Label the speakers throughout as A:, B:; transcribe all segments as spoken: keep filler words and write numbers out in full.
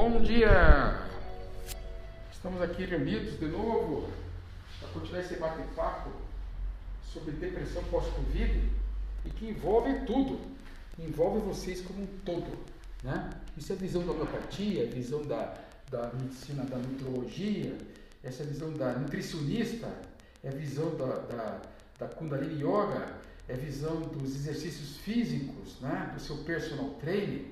A: Bom dia! Estamos aqui reunidos de novo para continuar esse bate-papo sobre depressão pós-Covid e que envolve tudo, envolve vocês como um todo, né? Isso é a visão da homeopatia, a visão da, da medicina da nutrologia, essa é a visão da nutricionista, é a visão da, da, da Kundalini Yoga, é a visão dos exercícios físicos, né? Do seu personal trainer,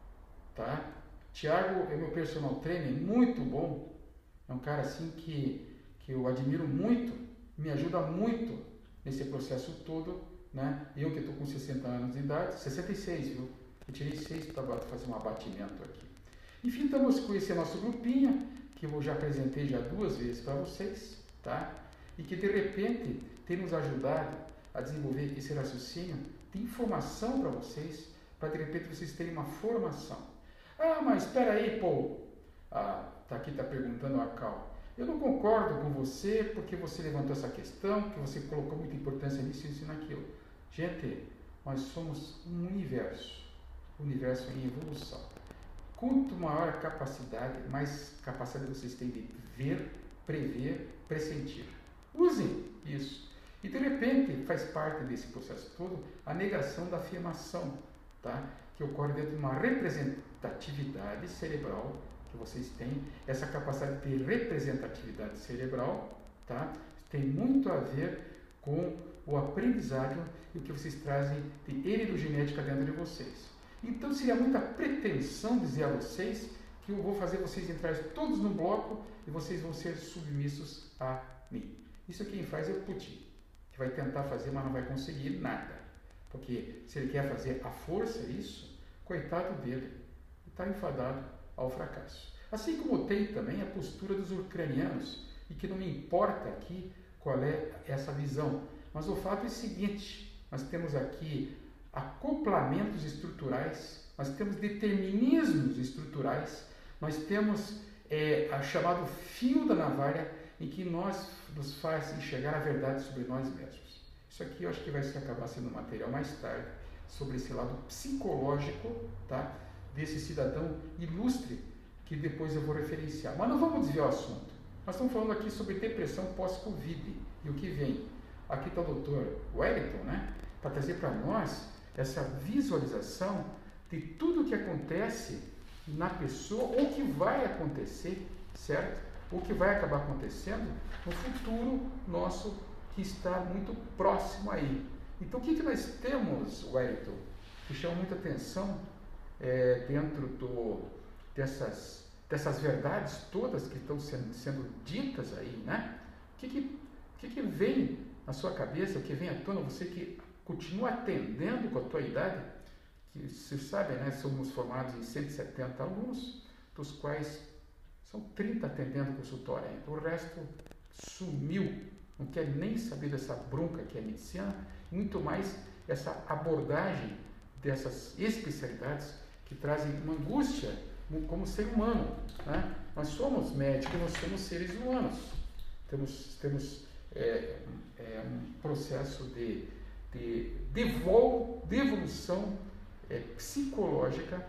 A: tá? Tiago é meu personal trainer, muito bom, é um cara assim que, que eu admiro muito, me ajuda muito nesse processo todo, né? Eu que estou com sessenta anos de idade, sessenta e seis, viu? Eu tirei seis para fazer um abatimento aqui. Enfim, estamos com esse nosso grupinho, que eu já apresentei já duas vezes para vocês, tá? E que de repente tem nos ajudado a desenvolver esse raciocínio de informação para vocês, para de repente vocês terem uma formação. Ah, mas espera aí, pô. Ah, tá aqui, tá perguntando a Cal. Eu não concordo com você porque você levantou essa questão, que você colocou muita importância nisso e naquilo. Gente, nós somos um universo, universo em evolução. Quanto maior a capacidade, mais capacidade vocês têm de ver, prever, pressentir. Usem isso. E de repente faz parte desse processo todo a negação da afirmação, tá? Que ocorre dentro de uma representatividade cerebral que vocês têm. Essa capacidade de representatividade cerebral, tá? Tem muito a ver com o aprendizado e o que vocês trazem de heridogenética dentro de vocês. Então seria muita pretensão dizer a vocês que eu vou fazer vocês entrarem todos no bloco e vocês vão ser submissos a mim. Isso quem faz é o Putin, que vai tentar fazer, mas não vai conseguir nada. Porque se ele quer fazer à força isso, coitado dele, está enfadado ao fracasso. Assim como tem também a postura dos ucranianos, e que não me importa aqui qual é essa visão, mas o fato é o seguinte: nós temos aqui acoplamentos estruturais, nós temos determinismos estruturais, nós temos é, a chamado fio da navalha, em que nós nos faz enxergar a verdade sobre nós mesmos. Isso aqui eu acho que vai acabar sendo material mais tarde, sobre esse lado psicológico, tá? Desse cidadão ilustre, que depois eu vou referenciar. Mas não vamos desviar o assunto. Nós estamos falando aqui sobre depressão pós-Covid e o que vem. Aqui está o doutor Wellington, né? Para trazer para nós essa visualização de tudo o que acontece na pessoa, ou que vai acontecer, certo? O que vai acabar acontecendo no futuro nosso, que está muito próximo aí. Então, o que, que nós temos, Wellington, que chama muita atenção é, dentro do, dessas, dessas verdades todas que estão sendo, sendo ditas aí, né? O que, que, que, que vem na sua cabeça, o que vem à tona, você que continua atendendo com a tua idade, que você sabe, né? Somos formados em cento e setenta alunos, dos quais são trinta atendendo consultório ainda. O resto sumiu, não quer nem saber dessa bronca que é a medicina, muito mais essa abordagem dessas especialidades que trazem uma angústia como ser humano, né? Nós somos médicos, nós somos seres humanos. Temos, temos é, é, um processo de, de, de, evol, de evolução é, psicológica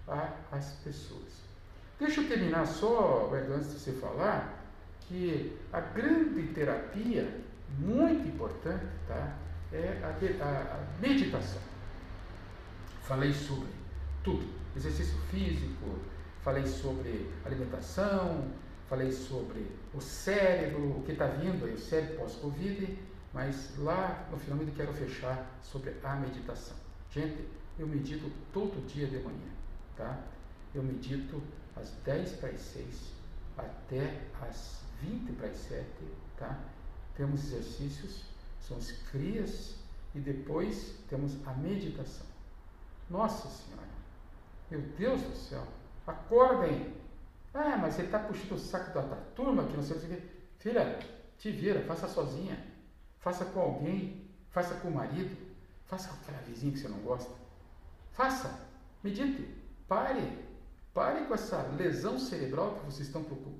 A: às pessoas. Deixa eu terminar só, antes de você falar, que a grande terapia, muito importante, tá? É a, a, a meditação. Falei sobre tudo, exercício físico, falei sobre alimentação, falei sobre o cérebro, o que está vindo aí, o cérebro pós-Covid, mas lá no final eu quero fechar sobre a meditação. Gente, eu medito todo dia de manhã, tá? Eu medito às dez para as seis até às vinte para as sete, tá? Temos exercícios, são os crias, e depois temos a meditação. Nossa Senhora, meu Deus do céu, acordem! Ah, mas você está puxando o saco da, da turma, que não sei o que. Filha, te vira, faça sozinha, faça com alguém, faça com o marido, faça com aquela vizinha que você não gosta. Faça, medite, pare. Pare com essa lesão cerebral que vocês estão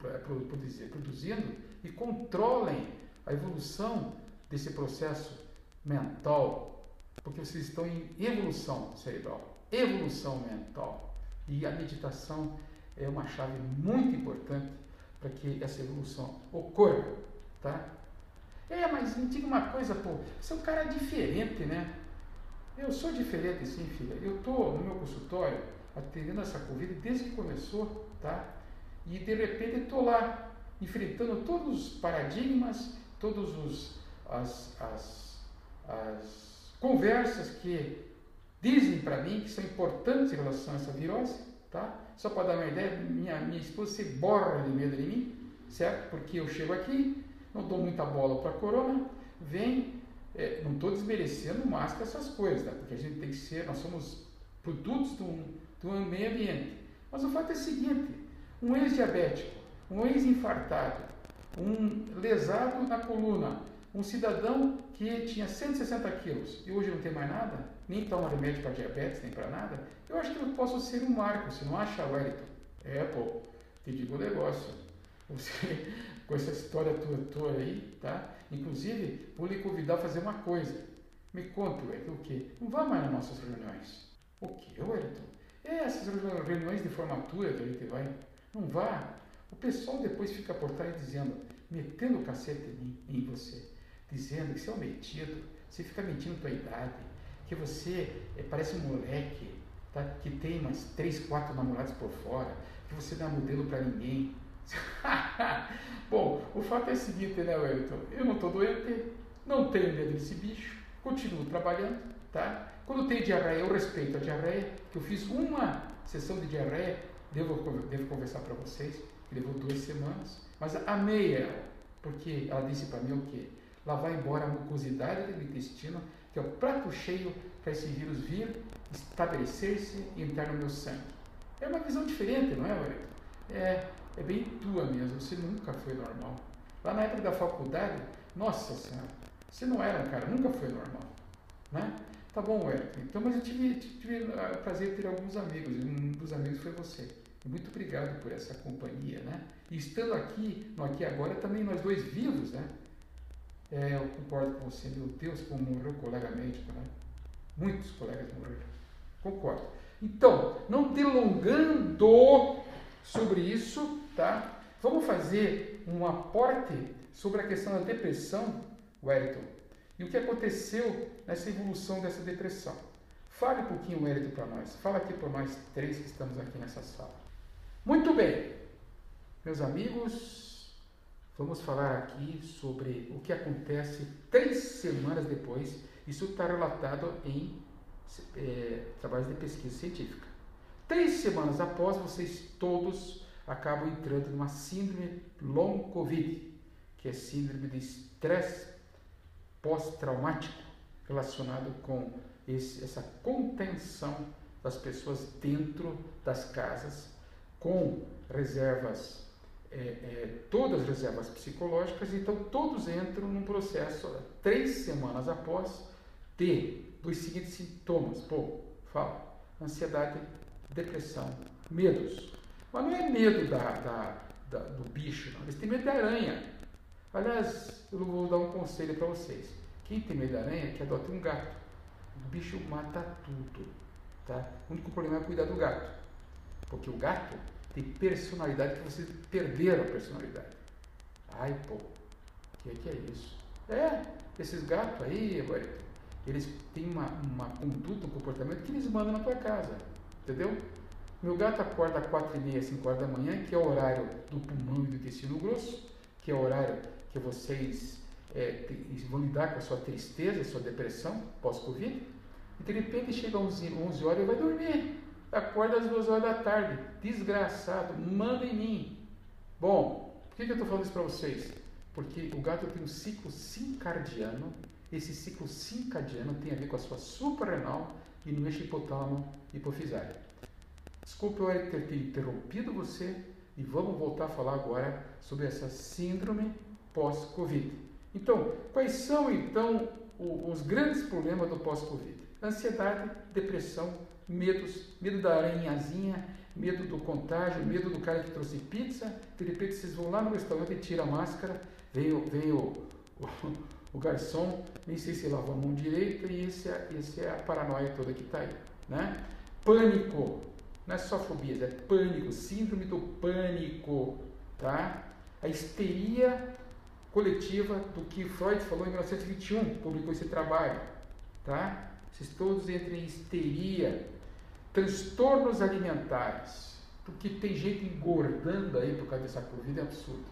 A: produzindo e controlem a evolução desse processo mental, porque vocês estão em evolução cerebral, evolução mental. E a meditação é uma chave muito importante para que essa evolução ocorra, tá? É, mas me diga uma coisa, pô, você é um cara diferente, né? Eu sou diferente, sim, filha. Eu estou no meu consultório atendendo essa Covid desde que começou, tá? E de repente estou lá, enfrentando todos os paradigmas, todas as, as, as conversas que dizem para mim que são importantes em relação a essa virose, tá? Só para dar uma ideia, minha, minha esposa se borra de medo de mim, certo? Porque eu chego aqui, não dou muita bola para a corona, vem, é, não estou desmerecendo máscara, essas coisas, tá? Porque a gente tem que ser, nós somos produtos do, do meio ambiente. Mas o fato é o seguinte, um ex-diabético, um ex-infartado, um lesado na coluna, um cidadão que tinha cento e sessenta quilos e hoje não tem mais nada, nem toma remédio para diabetes, nem para nada, eu acho que eu posso ser um marco, você não acha, Wellington? É, pô, te digo um negócio, você, com essa história tua, tua aí, tá? Inclusive, vou lhe convidar a fazer uma coisa, me conta, Wellington, o quê? Não vá mais nas nossas reuniões. O quê, Wellington? É, essas reuniões de formatura que a gente vai, não vá. O pessoal depois fica por trás dizendo, metendo o cacete em mim, em você, dizendo que você é um metido, você fica mentindo a tua idade, que você é, parece um moleque, tá? Que tem umas três, quatro namorados por fora, que você não é modelo para ninguém. Bom, o fato é o seguinte, né, Wellington? Eu não estou doente, não tenho medo desse bicho, continuo trabalhando, tá? Quando tem diarreia, eu respeito a diarreia, que eu fiz uma sessão de diarreia, devo, devo conversar para vocês, que levou duas semanas, mas amei ela, porque ela disse para mim o quê? Lá vai embora a mucosidade do intestino, que é o prato cheio para esse vírus vir, estabelecer-se e entrar no meu sangue. É uma visão diferente, não é, Wellington? É, é bem tua mesmo, você nunca foi normal. Lá na época da faculdade, nossa senhora, você não era um cara, nunca foi normal, né? Tá bom, Wellington, então, mas eu tive, tive o prazer de ter alguns amigos, e um dos amigos foi você. Muito obrigado por essa companhia, né? E estando aqui, no aqui agora, também nós dois vivos, né? É, eu concordo com você, meu Deus, como morreu o colega médico, né? Muitos colegas morreram. Concordo. Então, não delongando sobre isso, tá? Vamos fazer um aporte sobre a questão da depressão, Wellington, e o que aconteceu nessa evolução dessa depressão. Fale um pouquinho, Wellington, para nós. Fala aqui para nós três que estamos aqui nessa sala. Muito bem, meus amigos, vamos falar aqui sobre o que acontece três semanas depois. Isso está relatado em é, trabalhos de pesquisa científica. Três semanas após, vocês todos acabam entrando numa síndrome long covid, que é síndrome de estresse pós-traumático relacionado com esse, essa contenção das pessoas dentro das casas, com reservas, é, é, todas as reservas psicológicas, então todos entram num processo, três semanas após, de dos seguintes sintomas. Pô, fala, ansiedade, depressão, medos. Mas não é medo da, da, da, do bicho, não. Eles têm medo da aranha. Aliás, eu vou dar um conselho para vocês. Quem tem medo da aranha, que adote um gato. O bicho mata tudo, tá? O único problema é cuidar do gato. Porque o gato tem personalidade que vocês perderam a personalidade. Ai, pô, o que, que é isso? É, esses gatos aí, eles têm uma, uma conduta, um comportamento que eles mandam na tua casa, entendeu? Meu gato acorda às quatro e meia, cinco horas da manhã, que é o horário do pulmão e do intestino grosso, que é o horário que vocês é, vão lidar com a sua tristeza, a sua depressão pós-Covid, e de repente chega às onze horas e vai dormir. Acorda às duas horas da tarde, desgraçado, manda em mim. Bom, por que, que eu estou falando isso para vocês? Porque o gato tem um ciclo circadiano, esse ciclo circadiano tem a ver com a sua suprarrenal e no eixo hipotálamo hipofisário. Desculpa eu ter interrompido você e vamos voltar a falar agora sobre essa síndrome pós-Covid. Então, quais são então os grandes problemas do pós-Covid? Ansiedade, depressão, medos, medo da aranhazinha, medo do contágio, medo do cara que trouxe pizza, de repente vocês vão lá no restaurante e tiram a máscara, vem, vem o, o, o garçom, nem sei se lava a mão direita, e esse é, esse é a paranoia toda que está aí, né? Pânico, não é só fobias, é pânico, síndrome do pânico, tá? A histeria coletiva do que Freud falou em mil novecentos e vinte e um, publicou esse trabalho, tá? Vocês todos entrem em histeria, transtornos alimentares, porque tem gente engordando aí por causa dessa Covid, é absurdo.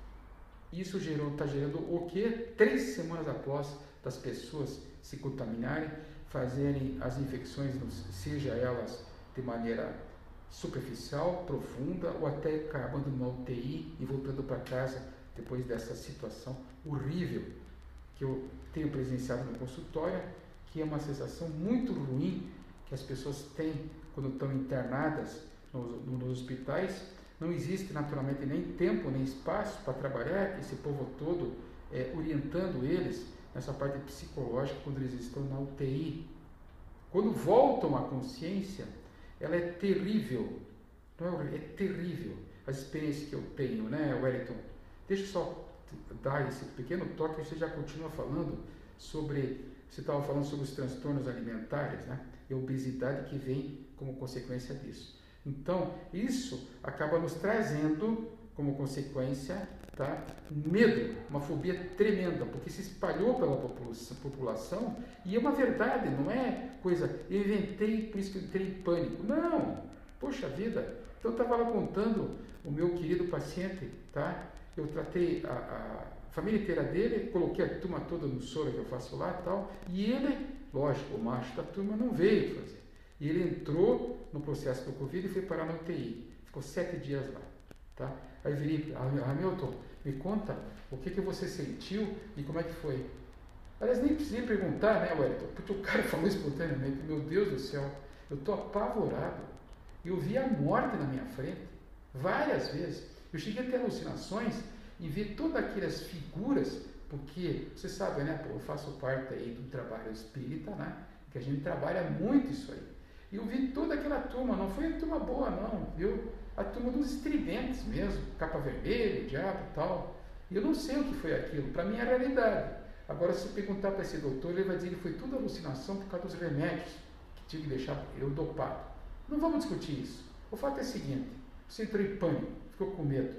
A: Isso gerou, está gerando o quê? Três semanas após das pessoas se contaminarem, fazerem as infecções, seja elas de maneira superficial, profunda, ou até acabando na U T I e voltando para casa depois dessa situação horrível que eu tenho presenciado no consultório, que é uma sensação muito ruim que as pessoas têm quando estão internadas nos, nos hospitais. Não existe naturalmente nem tempo nem espaço para trabalhar esse povo todo, é, orientando eles nessa parte psicológica quando eles estão na U T I. Quando voltam à consciência, ela é terrível, não é, é terrível as experiências que eu tenho, né, Wellington? Deixa eu só dar esse pequeno toque, você já continua falando sobre, você estava falando sobre os transtornos alimentares, né, e a obesidade que vem como consequência disso. Então, isso acaba nos trazendo como consequência, tá, um medo, uma fobia tremenda, porque se espalhou pela população, e é uma verdade, não é coisa, eu inventei, por isso que eu entrei em pânico. Não, poxa vida. Então eu estava lá contando o meu querido paciente, tá? Eu tratei a, a família inteira dele, coloquei a turma toda no soro que eu faço lá e tal, e ele, lógico, o macho da turma não veio fazer. E ele entrou no processo do Covid e foi parar na U T I. Ficou sete dias lá, tá? Aí eu virei, Hamilton, me conta o que, que você sentiu e como é que foi. Aliás, nem precisei perguntar, né, Wellington? Porque o cara falou espontaneamente, meu Deus do céu, eu estou apavorado. Eu vi a morte na minha frente, várias vezes. Eu cheguei a ter alucinações e ver todas aquelas figuras, porque, você sabe, né, pô, eu faço parte aí do trabalho espírita, né, que a gente trabalha muito isso aí. E eu vi toda aquela turma, não foi a turma boa não, viu? A turma dos estridentes mesmo, capa vermelha, diabo e tal. E eu não sei o que foi aquilo, para mim é a realidade. Agora, se eu perguntar para esse doutor, ele vai dizer que foi tudo alucinação por causa dos remédios, que tive que deixar eu dopado. Não vamos discutir isso. O fato é o seguinte, você entrou em pânico, ficou com medo.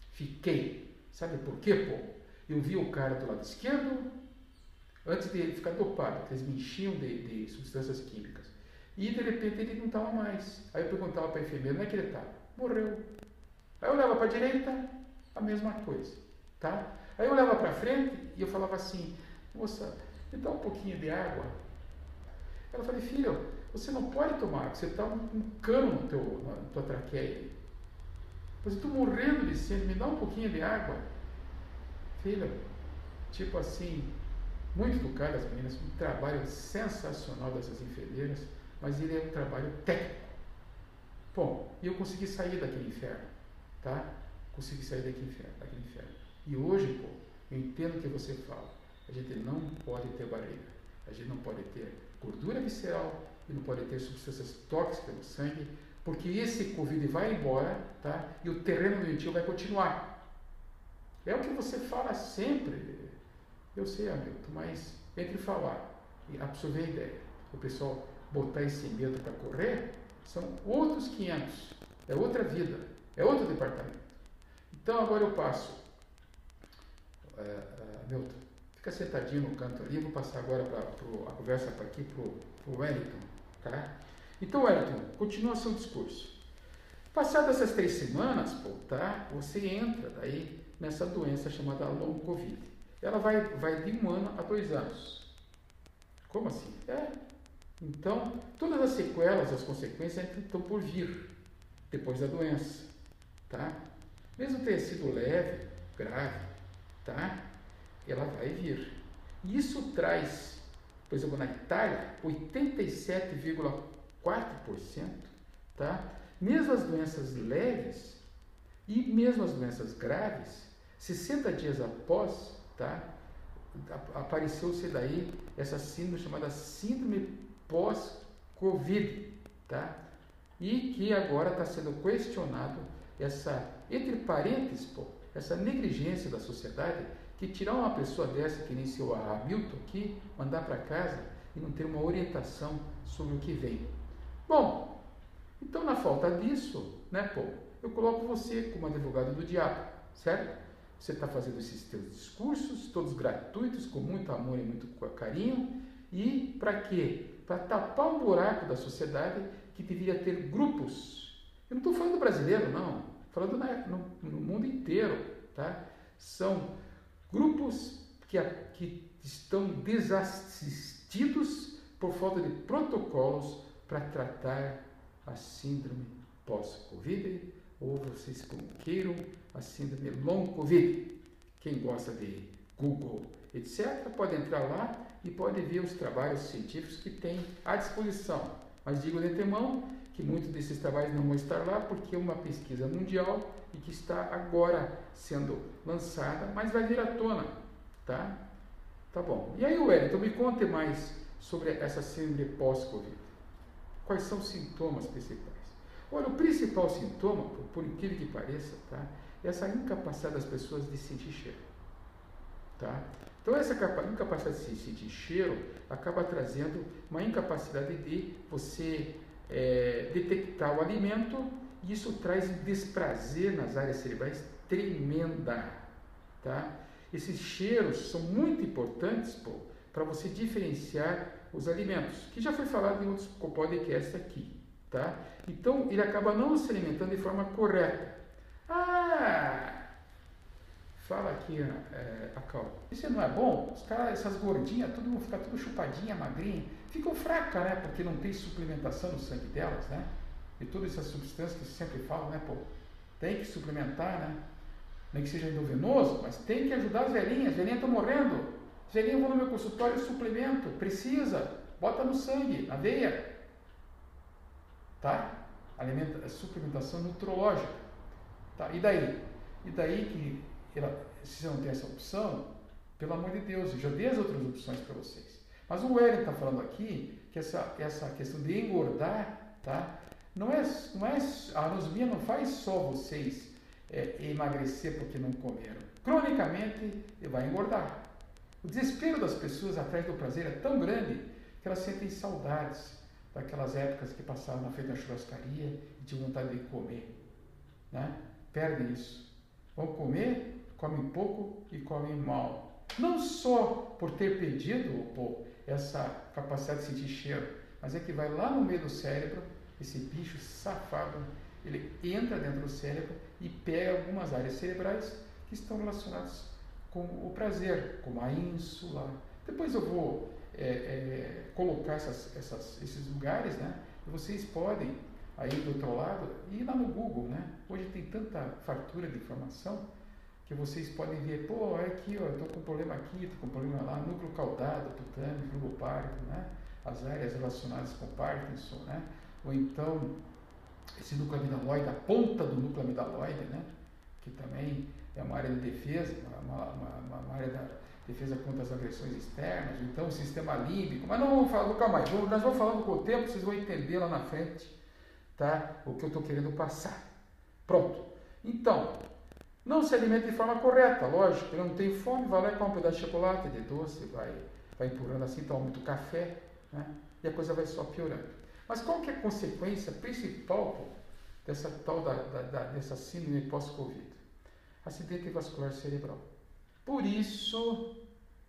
A: Fiquei. Sabe por quê, pô? Eu vi o cara do lado esquerdo, antes de ele ficar dopado, que eles me enchiam de, de substâncias químicas. E de repente ele não estava mais. Aí eu perguntava para a enfermeira, onde é que ele estava? Morreu. Aí eu olhava para a direita, a mesma coisa, tá? Aí eu olhava para frente e eu falava assim, moça, me dá um pouquinho de água. Ela falou, filho, você não pode tomar água, você está um, um cano no teu, na tua traqueia. Mas eu estou morrendo de sede, me dá um pouquinho de água. Filha, tipo assim, muito educadas as meninas, um trabalho sensacional dessas enfermeiras, mas ele é um trabalho técnico. Bom, e eu consegui sair daquele inferno, tá? Consegui sair daquele inferno, daquele inferno. E hoje, pô, eu entendo o que você fala. A gente não pode ter barriga, a gente não pode ter gordura visceral e não pode ter substâncias tóxicas no sangue, porque esse Covid vai embora, tá? E o terreno doentio vai continuar. É o que você fala sempre. Eu sei, Hamilton, mas entre falar e absorver a ideia, o pessoal botar esse medo para correr, são outros quinhentos, é outra vida, é outro departamento. Então agora eu passo, é, é, Hamilton, fica sentadinho no canto ali, vou passar agora pra, pro, a conversa para aqui para o Wellington, tá? Então, Wellington, continua seu discurso. Passadas essas três semanas, pô, tá? Você entra daí nessa doença chamada long Covid. Ela vai, vai de um ano a dois anos. Como assim? É. Então, todas as sequelas, as consequências estão por vir depois da doença, tá? Mesmo ter sido leve, grave, tá? Ela vai vir. E isso traz, por exemplo, na Itália, oitenta e sete vírgula quatro por cento, tá? Mesmo as doenças leves e mesmo as doenças graves, sessenta dias após, tá? Apareceu-se daí essa síndrome chamada síndrome pós-Covid, tá? E que agora está sendo questionado essa, entre parênteses, pô, essa negligência da sociedade, que tirar uma pessoa dessa, que nem seu Hamilton aqui, mandar para casa e não ter uma orientação sobre o que vem. Bom, Então, na falta disso, né, pô, eu coloco você como advogado do diabo, certo? Você está fazendo esses teus discursos, todos gratuitos, com muito amor e muito carinho, e para quê? Para tapar um buraco da sociedade que deveria ter grupos. Eu não estou falando brasileiro, não, estou falando na, no, no mundo inteiro, tá? São grupos que, que estão desassistidos por falta de protocolos para tratar a síndrome pós-Covid, ou vocês como queiram, a síndrome long Covid. Quem gosta de Google, etcétera, pode entrar lá e pode ver os trabalhos científicos que tem à disposição. Mas digo de antemão que muitos desses trabalhos não vão estar lá porque é uma pesquisa mundial e que está agora sendo lançada, mas vai vir à tona, tá? Tá bom. E aí, Wellington, me conte mais sobre essa síndrome pós-Covid. Quais são os sintomas principais? Olha, o principal sintoma, por, por incrível que pareça, tá, é essa incapacidade das pessoas de sentir cheiro. Tá? Então, essa incapacidade de sentir cheiro acaba trazendo uma incapacidade de você é, detectar o alimento, e isso traz um desprazer nas áreas cerebrais tremenda. Tá? Esses cheiros são muito importantes para você diferenciar os alimentos, que já foi falado em outros podcasts aqui. Tá? Então, ele acaba não se alimentando de forma correta. Ah! Fala aqui, é, a Cal. Isso não é bom? Os caras, essas gordinhas, tudo vão ficar tudo chupadinha, magrinha. Ficam fracas, né? Porque não tem suplementação no sangue delas, né? E todas essas substâncias que você sempre fala, né, pô? Tem que suplementar, né? Nem que seja endovenoso, mas tem que ajudar as velhinhas. As velhinhas estão morrendo. As velhinhas vão no meu consultório, suplemento. Precisa. Bota no sangue, na veia. Tá? Alimenta, suplementação nutrológica. Tá? E daí? E daí que ela, se você não tem essa opção, pelo amor de Deus, eu já dei as outras opções para vocês. Mas o Wellington está falando aqui que essa, essa questão de engordar, tá? Não é, não é, a anosmia não faz só vocês é, emagrecer porque não comeram. Cronicamente, vai engordar. O desespero das pessoas atrás do prazer é tão grande que elas sentem saudades daquelas épocas que passavam na frente da churrascaria e tinham vontade de comer. Né? Perdem isso. Vão comer, comem pouco e comem mal. Não só por ter perdido pô, essa capacidade de sentir cheiro, mas é que vai lá no meio do cérebro, esse bicho safado, ele entra dentro do cérebro e pega algumas áreas cerebrais que estão relacionadas com o prazer, como a ínsula. Depois eu vou é, é, colocar essas, essas, esses lugares, né? E vocês podem, aí do outro lado, ir lá no Google, né? Hoje tem tanta fartura de informação que vocês podem ver, pô, é aqui, ó, eu estou com um problema aqui, estou com um problema lá, núcleo caudado, tutano, flujo Parkinson, né? As áreas relacionadas com Parkinson, né? Ou então, esse núcleo amidaloide, a ponta do núcleo amidaloide, né? Que também é uma área de defesa, uma, uma, uma área da defesa contra as agressões externas, então o sistema límbico, mas não vamos falar, calma aí, nós vamos falando com o tempo, vocês vão entender lá na frente, tá? O que eu estou querendo passar. Pronto. Então, não se alimenta de forma correta, lógico, eu não tenho fome, vai lá e come um pedaço de chocolate, de doce, vai, vai empurrando assim, toma muito café, né? E a coisa vai só piorando. Mas qual que é a consequência principal pô, dessa tal da, da, da, dessa síndrome pós-Covid? Acidente vascular cerebral. Por isso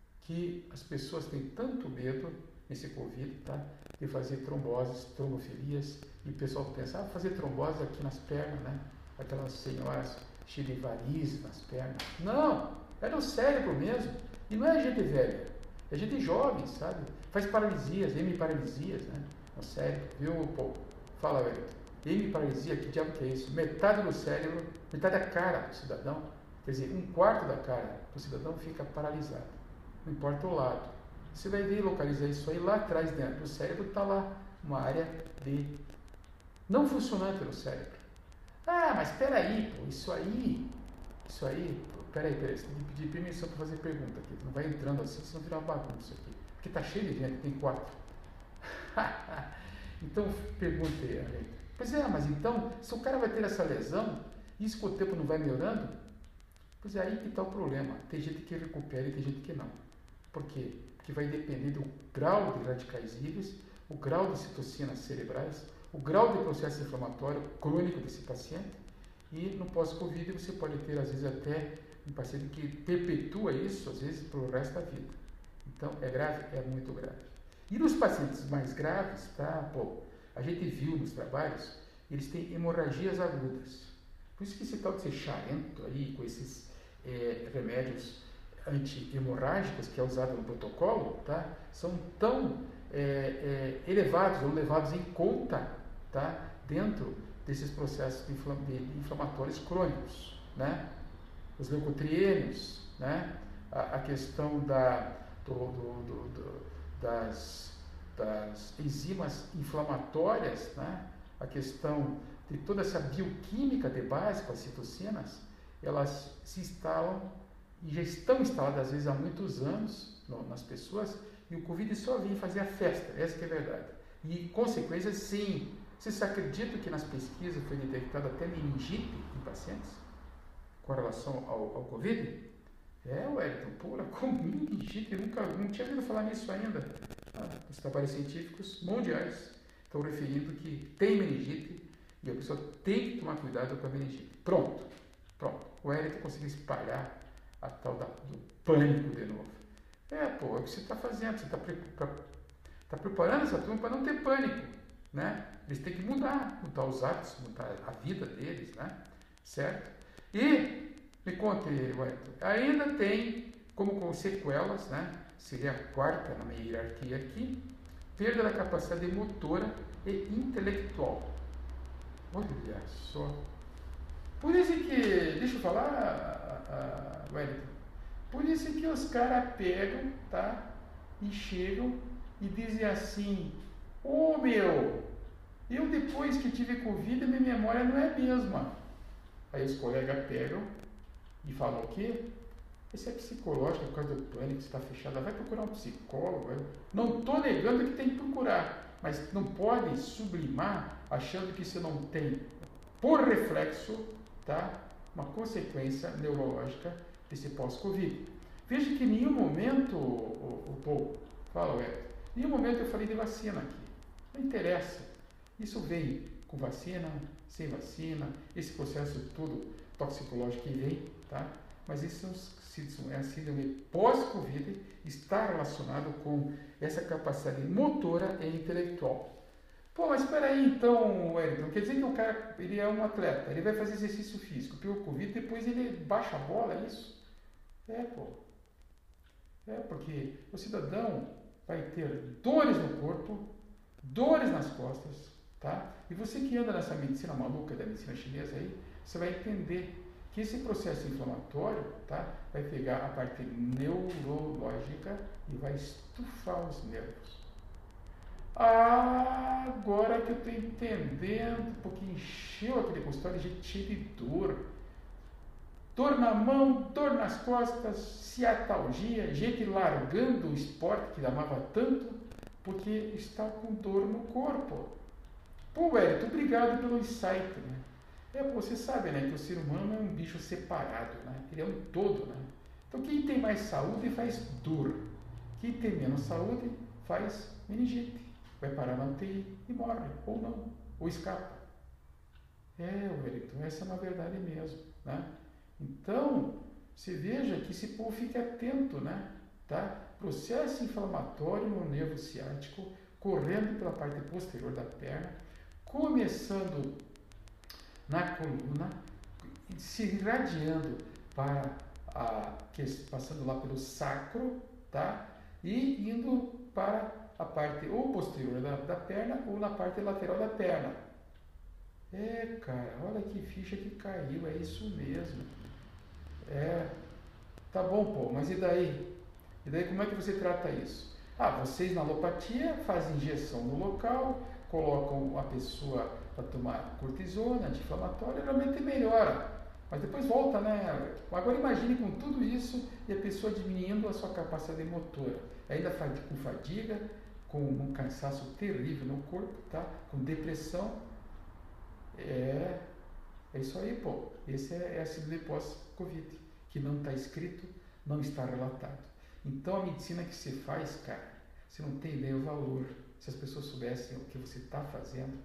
A: que as pessoas têm tanto medo nesse Covid, tá? De fazer tromboses, trombofilias, e o pessoal pensa, ah, fazer trombose aqui nas pernas, né? Aquelas senhoras cheias de varizes nas pernas. Não, é no cérebro mesmo. E não é gente velha, é gente jovem, sabe? Faz paralisias, hemiparalisias, né? No cérebro, viu, pô? Fala, velho. Hemiparalisia, que diabo que é isso? Metade do cérebro, metade da cara do cidadão, quer dizer, um quarto da cara do cidadão fica paralisado. Não importa o lado. Você vai ver e localizar isso aí lá atrás, dentro do cérebro, está lá uma área de não funcionar pelo cérebro. Ah, mas peraí, pô, isso aí, isso aí, pô, peraí, peraí, você tem que pedir permissão para fazer pergunta aqui. Não vai entrando assim, senão vira uma bagunça aqui. Porque está cheio de gente, tem quatro. Então, perguntei a gente. Pois é, mas então, se o cara vai ter essa lesão, e isso com o tempo não vai melhorando, pois é aí que está o problema. Tem gente que recupera e tem gente que não. Por quê? Porque vai depender do grau de radicais livres, o grau de citocinas cerebrais, o grau de processo inflamatório crônico desse paciente, e no pós-Covid você pode ter, às vezes, até um paciente que perpetua isso, às vezes, para o resto da vida. Então, é grave? É muito grave. E nos pacientes mais graves, tá, pô, a gente viu nos trabalhos, eles têm hemorragias agudas. Por isso que esse tal de ser charento aí, com esses é, remédios anti-hemorrágicos que é usado no protocolo, tá, são tão é, é, elevados ou levados em conta, tá, dentro desses processos de inflam de inflamatórios crônicos, né? Os leucotrienos, né? A, a questão da, do, do, do, do, das, das enzimas inflamatórias, né? A questão de toda essa bioquímica de base com as citocinas, elas se instalam e já estão instaladas às vezes há muitos anos no, nas pessoas, e o Covid só vem fazer a festa, essa que é a verdade. E consequências, sim. Vocês acreditam que nas pesquisas foi detectada até meningite em pacientes com relação ao, ao Covid? É, Wellington, pura, como meningite, eu nunca não tinha ouvido falar nisso ainda. Ah, os trabalhos científicos mundiais estão referindo que tem meningite e a pessoa tem que tomar cuidado com a meningite. Pronto, pronto. O Wellington conseguiu espalhar a tal da, do pânico de novo. É, pô, é o que você está fazendo, você está pre tá preparando essa turma para não ter pânico, né? Eles têm que mudar, mudar os hábitos, mudar a vida deles, né? Certo? E, me conte, Wellington, ainda tem como sequelas, né? Seria a quarta na minha hierarquia aqui, perda da capacidade motora e intelectual. Olha só. Por isso que, deixa eu falar, a, a, Wellington, por isso que os caras pegam, tá? E chegam e dizem assim, ô oh, meu, eu depois que tive Covid, minha memória não é a mesma. Aí os colegas pegam e falam o quê? Isso é psicológico, por causa do pânico, está fechada. Vai procurar um psicólogo. Eu não estou negando que tem que procurar, mas não pode sublimar achando que você não tem, por reflexo, tá, uma consequência neurológica desse pós-Covid. Veja que em nenhum momento, o, o, o Paul, fala, Wellington, em nenhum momento eu falei de vacina aqui. Não interessa. Isso vem com vacina, sem vacina, esse processo todo toxicológico que vem, tá? Mas isso é a síndrome pós-Covid, está relacionado com essa capacidade motora e intelectual. Pô, mas espera aí então, Wellington, quer dizer que o cara, ele é um atleta, ele vai fazer exercício físico, pegou Covid, depois ele baixa a bola, é isso? É, pô. É, porque o cidadão vai ter dores no corpo, dores nas costas, tá? E você que anda nessa medicina maluca da medicina chinesa aí, você vai entender que esse processo inflamatório, tá, vai pegar a parte neurológica e vai estufar os nervos. Ah, agora que eu estou entendendo, porque encheu aquele consultório de gente cheia de dor. Dor na mão, dor nas costas, ciatalgia, gente largando o esporte que amava tanto, porque está com dor no corpo. Pô, Wellington, obrigado pelo insight, né? É, você sabe, né, que o ser humano é um bicho separado, né? Ele é um todo, né? Então, quem tem mais saúde faz dor. Quem tem menos saúde faz meningite. Vai parar na U T I e morre, ou não, ou escapa. É, Wellington, essa é uma verdade mesmo, né? Então, você veja que esse povo fique atento, né? Tá? Processo inflamatório no nervo ciático, correndo pela parte posterior da perna, começando na coluna, se irradiando para a, passando lá pelo sacro, tá? E indo para a parte ou posterior da, da perna ou na parte lateral da perna. É, cara, olha que ficha que caiu, é isso mesmo. É, tá bom, pô, mas e daí? E daí como é que você trata isso? Ah, vocês na alopatia fazem injeção no local, colocam a pessoa para tomar cortisona, anti-inflamatória, realmente melhora. Mas depois volta, né? Agora imagine com tudo isso e a pessoa diminuindo a sua capacidade motora. Ainda com fadiga, com um cansaço terrível no corpo, tá? Com depressão. É, é isso aí, pô. Esse é, é a síndrome pós-Covid, que não está escrito, não está relatado. Então a medicina que você faz, cara, você não tem ideia o valor. Se as pessoas soubessem o que você está fazendo,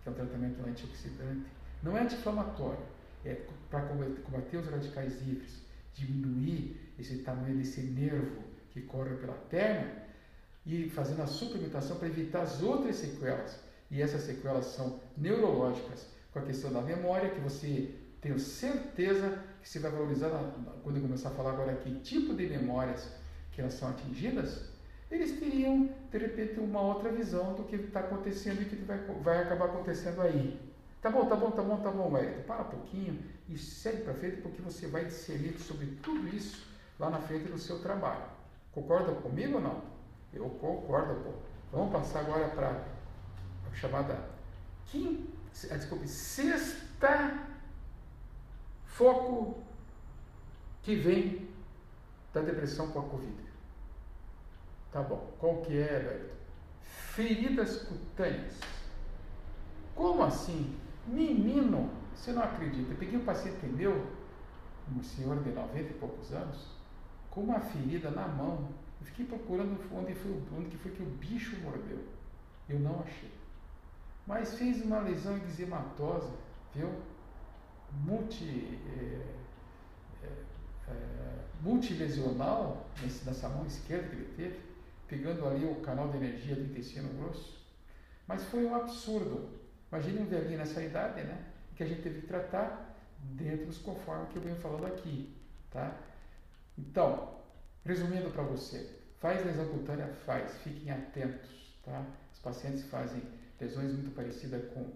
A: que é um tratamento antioxidante, não é anti-inflamatório, é para combater os radicais livres, diminuir esse tamanho desse nervo que corre pela perna e fazendo a suplementação para evitar as outras sequelas. E essas sequelas são neurológicas, com a questão da memória, que você tenho certeza que você vai valorizar na, na, quando eu começar a falar agora que tipo de memórias que elas são atingidas, eles teriam, de repente, uma outra visão do que está acontecendo e que vai, vai acabar acontecendo aí. Tá bom, tá bom, tá bom, tá bom, Wellington. Para um pouquinho e segue para frente, porque você vai discernir sobre tudo isso lá na frente do seu trabalho. Concorda comigo ou não? Eu concordo, pô. Vamos passar agora para a chamada quinta, desculpe, sexta foco que vem da depressão com a Covid. Tá bom, qual que é, velho? Feridas cutâneas. Como assim? Menino, você não acredita. Eu peguei um paciente meu, um senhor de noventa e poucos anos, com uma ferida na mão. Eu fiquei procurando onde foi, onde que foi que o bicho mordeu. Eu não achei. Mas fez uma lesão eczematosa, viu? Multi, é, é, é, multilesional nessa mão esquerda que ele teve, pegando ali o canal de energia do intestino grosso. Mas foi um absurdo. Imagine um velhinho nessa idade, né? Que a gente teve que tratar dentro dos conformes que eu venho falando aqui, tá? Então, resumindo para você, faz lesão cutânea? Faz. Fiquem atentos, tá? Os pacientes fazem lesões muito parecidas com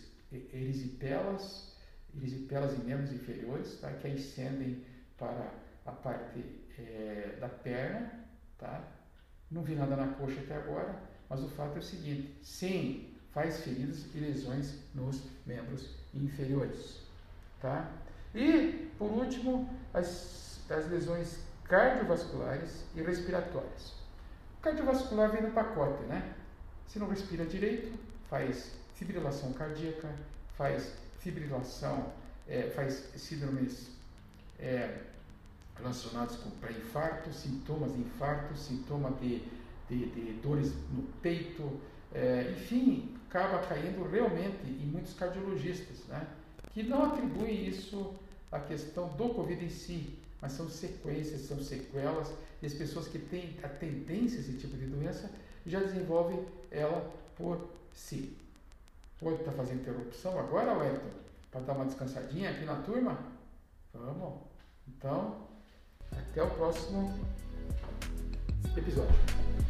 A: erisipelas, erisipelas em membros inferiores, tá? Que ascendem para a parte é, da perna, tá? Não vi nada na coxa até agora, mas o fato é o seguinte, sim, faz feridas e lesões nos membros inferiores, tá? E, por último, as, as lesões cardiovasculares e respiratórias. O cardiovascular vem no pacote, né? Se não respira direito, faz fibrilação cardíaca, faz fibrilação, é, faz síndromes é, relacionadas com pré-infarto, sintomas de infarto, sintoma de, de, de dores no peito, é, enfim, acaba caindo realmente em muitos cardiologistas, né? Que não atribuem isso à questão do Covid em si, mas são sequências, são sequelas, e as pessoas que têm a tendência a esse tipo de doença já desenvolvem ela por si. Pode estar fazendo interrupção agora, Wellington? Para dar uma descansadinha aqui na turma? Vamos. Então, até o próximo episódio.